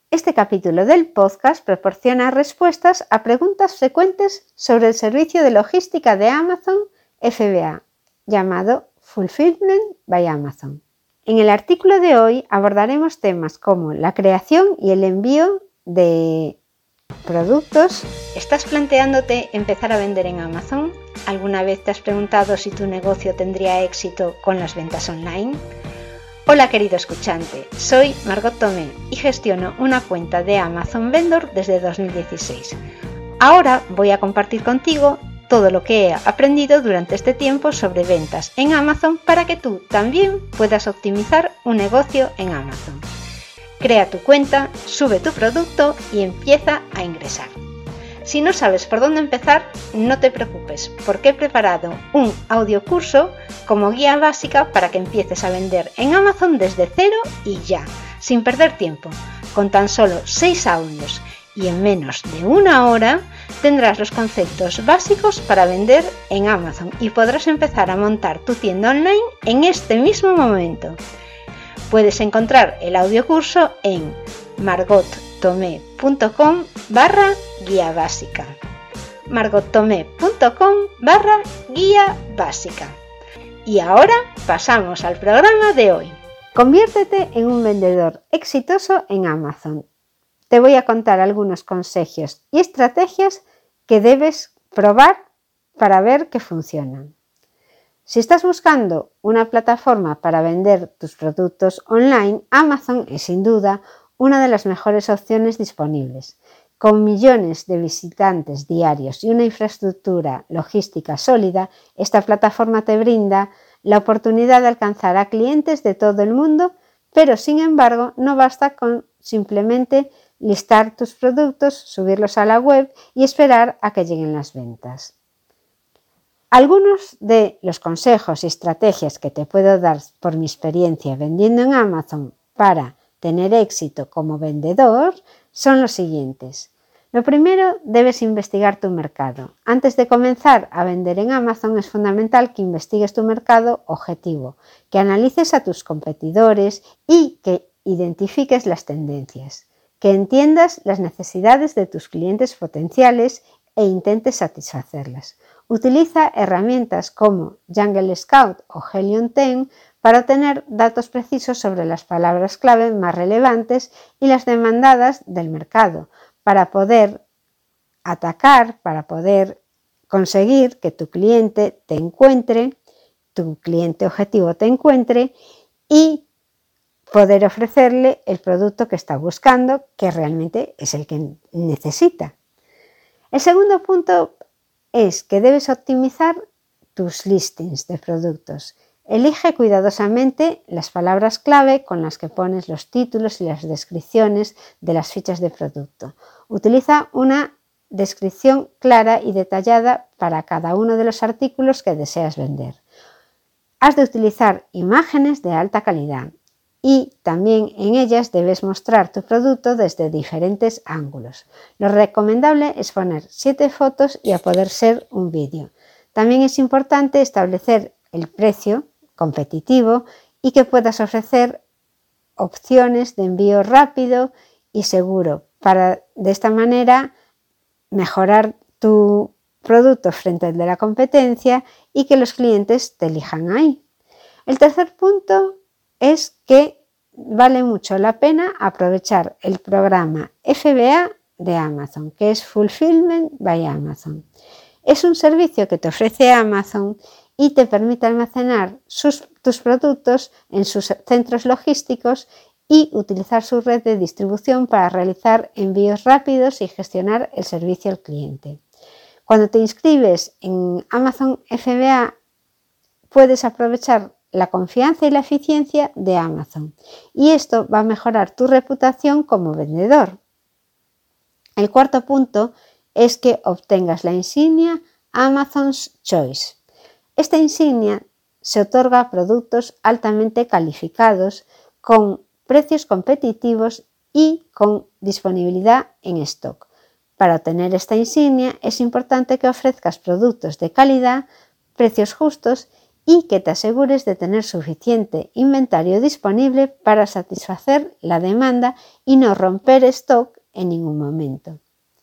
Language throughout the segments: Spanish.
Este capítulo del podcast proporciona respuestas a preguntas frecuentes sobre el servicio de logística de Amazon FBA, llamado Fulfillment by Amazon. En el artículo de hoy abordaremos temas como la creación y el envío de productos. ¿Estás planteándote empezar a vender en Amazon? ¿Alguna vez te has preguntado si tu negocio tendría éxito con las ventas online? Hola querido escuchante, soy Margot Tomé y gestiono una cuenta de Amazon Vendor desde 2016. Ahora voy a compartir contigo todo lo que he aprendido durante este tiempo sobre ventas en Amazon para que tú también puedas optimizar un negocio en Amazon. Crea tu cuenta, sube tu producto y empieza a ingresar. Si no sabes por dónde empezar, no te preocupes, porque he preparado un audiocurso como guía básica para que empieces a vender en Amazon desde cero y ya, sin perder tiempo. Con tan solo 6 audios y en menos de una hora tendrás los conceptos básicos para vender en Amazon y podrás empezar a montar tu tienda online en este mismo momento. Puedes encontrar el audiocurso en margottomé.com/guía básica. margottomé.com/guía básica. Y ahora pasamos al programa de hoy. Conviértete en un vendedor exitoso en Amazon. Te voy a contar algunos consejos y estrategias que debes probar para ver que funcionan. Si estás buscando una plataforma para vender tus productos online, Amazon es sin duda una de las mejores opciones disponibles. Con millones de visitantes diarios y una infraestructura logística sólida, esta plataforma te brinda la oportunidad de alcanzar a clientes de todo el mundo, pero sin embargo no basta con simplemente listar tus productos, subirlos a la web y esperar a que lleguen las ventas. Algunos de los consejos y estrategias que te puedo dar por mi experiencia vendiendo en Amazon para tener éxito como vendedor son los siguientes. Lo primero, debes investigar tu mercado. Antes de comenzar a vender en Amazon es fundamental que investigues tu mercado objetivo, que analices a tus competidores y que identifiques las tendencias, que entiendas las necesidades de tus clientes potenciales e intentes satisfacerlas. Utiliza herramientas como Jungle Scout o Helium 10 para obtener datos precisos sobre las palabras clave más relevantes y las demandadas del mercado, para poder atacar, para poder conseguir que tu cliente te encuentre, tu cliente objetivo te encuentre y poder ofrecerle el producto que está buscando, que realmente es el que necesita. El segundo punto es que debes optimizar tus listings de productos. Elige cuidadosamente las palabras clave con las que pones los títulos y las descripciones de las fichas de producto. Utiliza una descripción clara y detallada para cada uno de los artículos que deseas vender. Has de utilizar imágenes de alta calidad y también en ellas debes mostrar tu producto desde diferentes ángulos. Lo recomendable es poner 7 fotos y a poder ser un vídeo. También es importante establecer el precio competitivo y que puedas ofrecer opciones de envío rápido y seguro para de esta manera mejorar tu producto frente al de la competencia y que los clientes te elijan ahí. El tercer punto es que vale mucho la pena aprovechar el programa FBA de Amazon, que es Fulfillment by Amazon. Es un servicio que te ofrece Amazon y te permite almacenar tus productos en sus centros logísticos y utilizar su red de distribución para realizar envíos rápidos y gestionar el servicio al cliente. Cuando te inscribes en Amazon FBA, puedes aprovechar la confianza y la eficiencia de Amazon y esto va a mejorar tu reputación como vendedor. El cuarto punto es que obtengas la insignia Amazon's Choice. Esta insignia se otorga a productos altamente calificados con precios competitivos y con disponibilidad en stock. Para obtener esta insignia es importante que ofrezcas productos de calidad, precios justos y que te asegures de tener suficiente inventario disponible para satisfacer la demanda y no romper stock en ningún momento.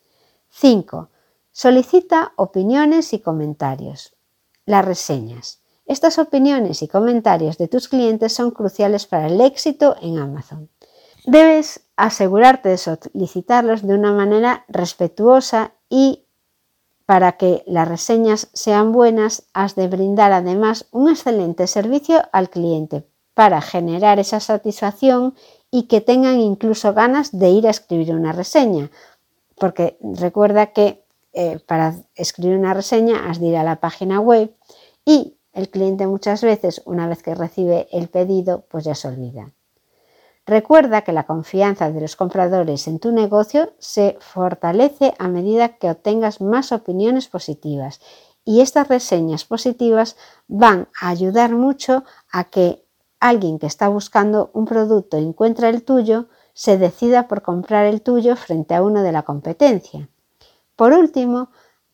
5. Solicita opiniones y comentarios. Las reseñas. Estas opiniones y comentarios de tus clientes son cruciales para el éxito en Amazon. Debes asegurarte de solicitarlos de una manera respetuosa y para que las reseñas sean buenas, has de brindar además un excelente servicio al cliente para generar esa satisfacción y que tengan incluso ganas de ir a escribir una reseña. Porque recuerda que para escribir una reseña has de ir a la página web y el cliente muchas veces, una vez que recibe el pedido, pues ya se olvida. Recuerda que la confianza de los compradores en tu negocio se fortalece a medida que obtengas más opiniones positivas y estas reseñas positivas van a ayudar mucho a que alguien que está buscando un producto y encuentra el tuyo se decida por comprar el tuyo frente a uno de la competencia. Por último,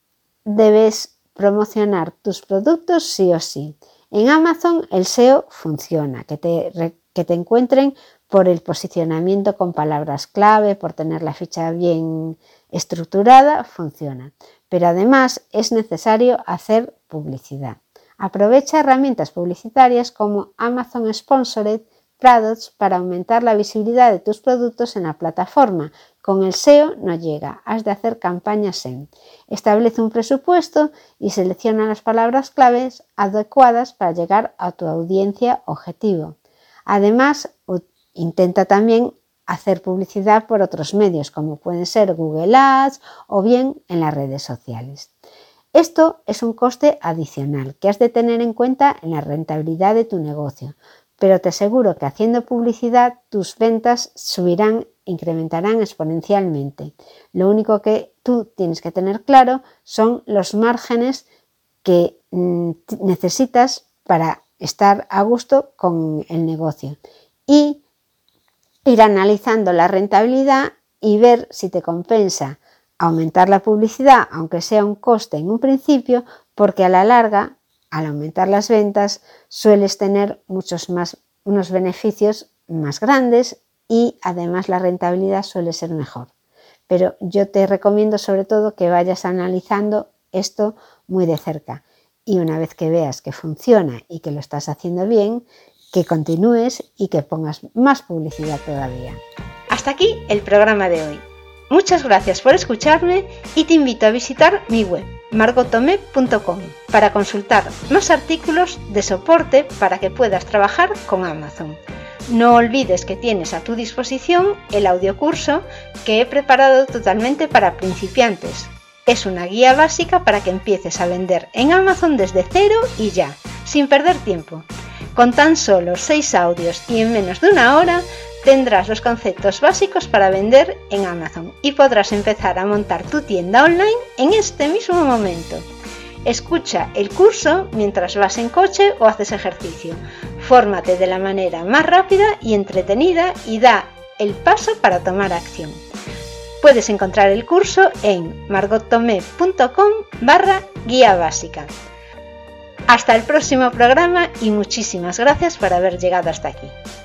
debes promocionar tus productos sí o sí. En Amazon el SEO funciona, que te encuentren por el posicionamiento con palabras clave, por tener la ficha bien estructurada, funciona. Pero además es necesario hacer publicidad. Aprovecha herramientas publicitarias como Amazon Sponsored Products para aumentar la visibilidad de tus productos en la plataforma. Con el SEO no llega, has de hacer campañas SEM. Establece un presupuesto y selecciona las palabras claves adecuadas para llegar a tu audiencia objetivo. Además, intenta también hacer publicidad por otros medios, como pueden ser Google Ads o bien en las redes sociales. Esto es un coste adicional que has de tener en cuenta en la rentabilidad de tu negocio, pero te aseguro que haciendo publicidad tus ventas incrementarán exponencialmente. Lo único que tú tienes que tener claro son los márgenes que necesitas para estar a gusto con el negocio y ir analizando la rentabilidad y ver si te compensa aumentar la publicidad, aunque sea un coste en un principio, porque a la larga, al aumentar las ventas, sueles tener unos beneficios más grandes y además la rentabilidad suele ser mejor. Pero yo te recomiendo sobre todo que vayas analizando esto muy de cerca y una vez que veas que funciona y que lo estás haciendo bien, que continúes y que pongas más publicidad todavía. Hasta aquí el programa de hoy. Muchas gracias por escucharme y te invito a visitar mi web margottomé.com para consultar más artículos de soporte para que puedas trabajar con Amazon. No olvides que tienes a tu disposición el audiocurso que he preparado totalmente para principiantes. Es una guía básica para que empieces a vender en Amazon desde cero y ya, sin perder tiempo. Con tan solo 6 audios y en menos de una hora tendrás los conceptos básicos para vender en Amazon y podrás empezar a montar tu tienda online en este mismo momento. Escucha el curso mientras vas en coche o haces ejercicio. Fórmate de la manera más rápida y entretenida y da el paso para tomar acción. Puedes encontrar el curso en margottomé.com/guía básica. Hasta el próximo programa y muchísimas gracias por haber llegado hasta aquí.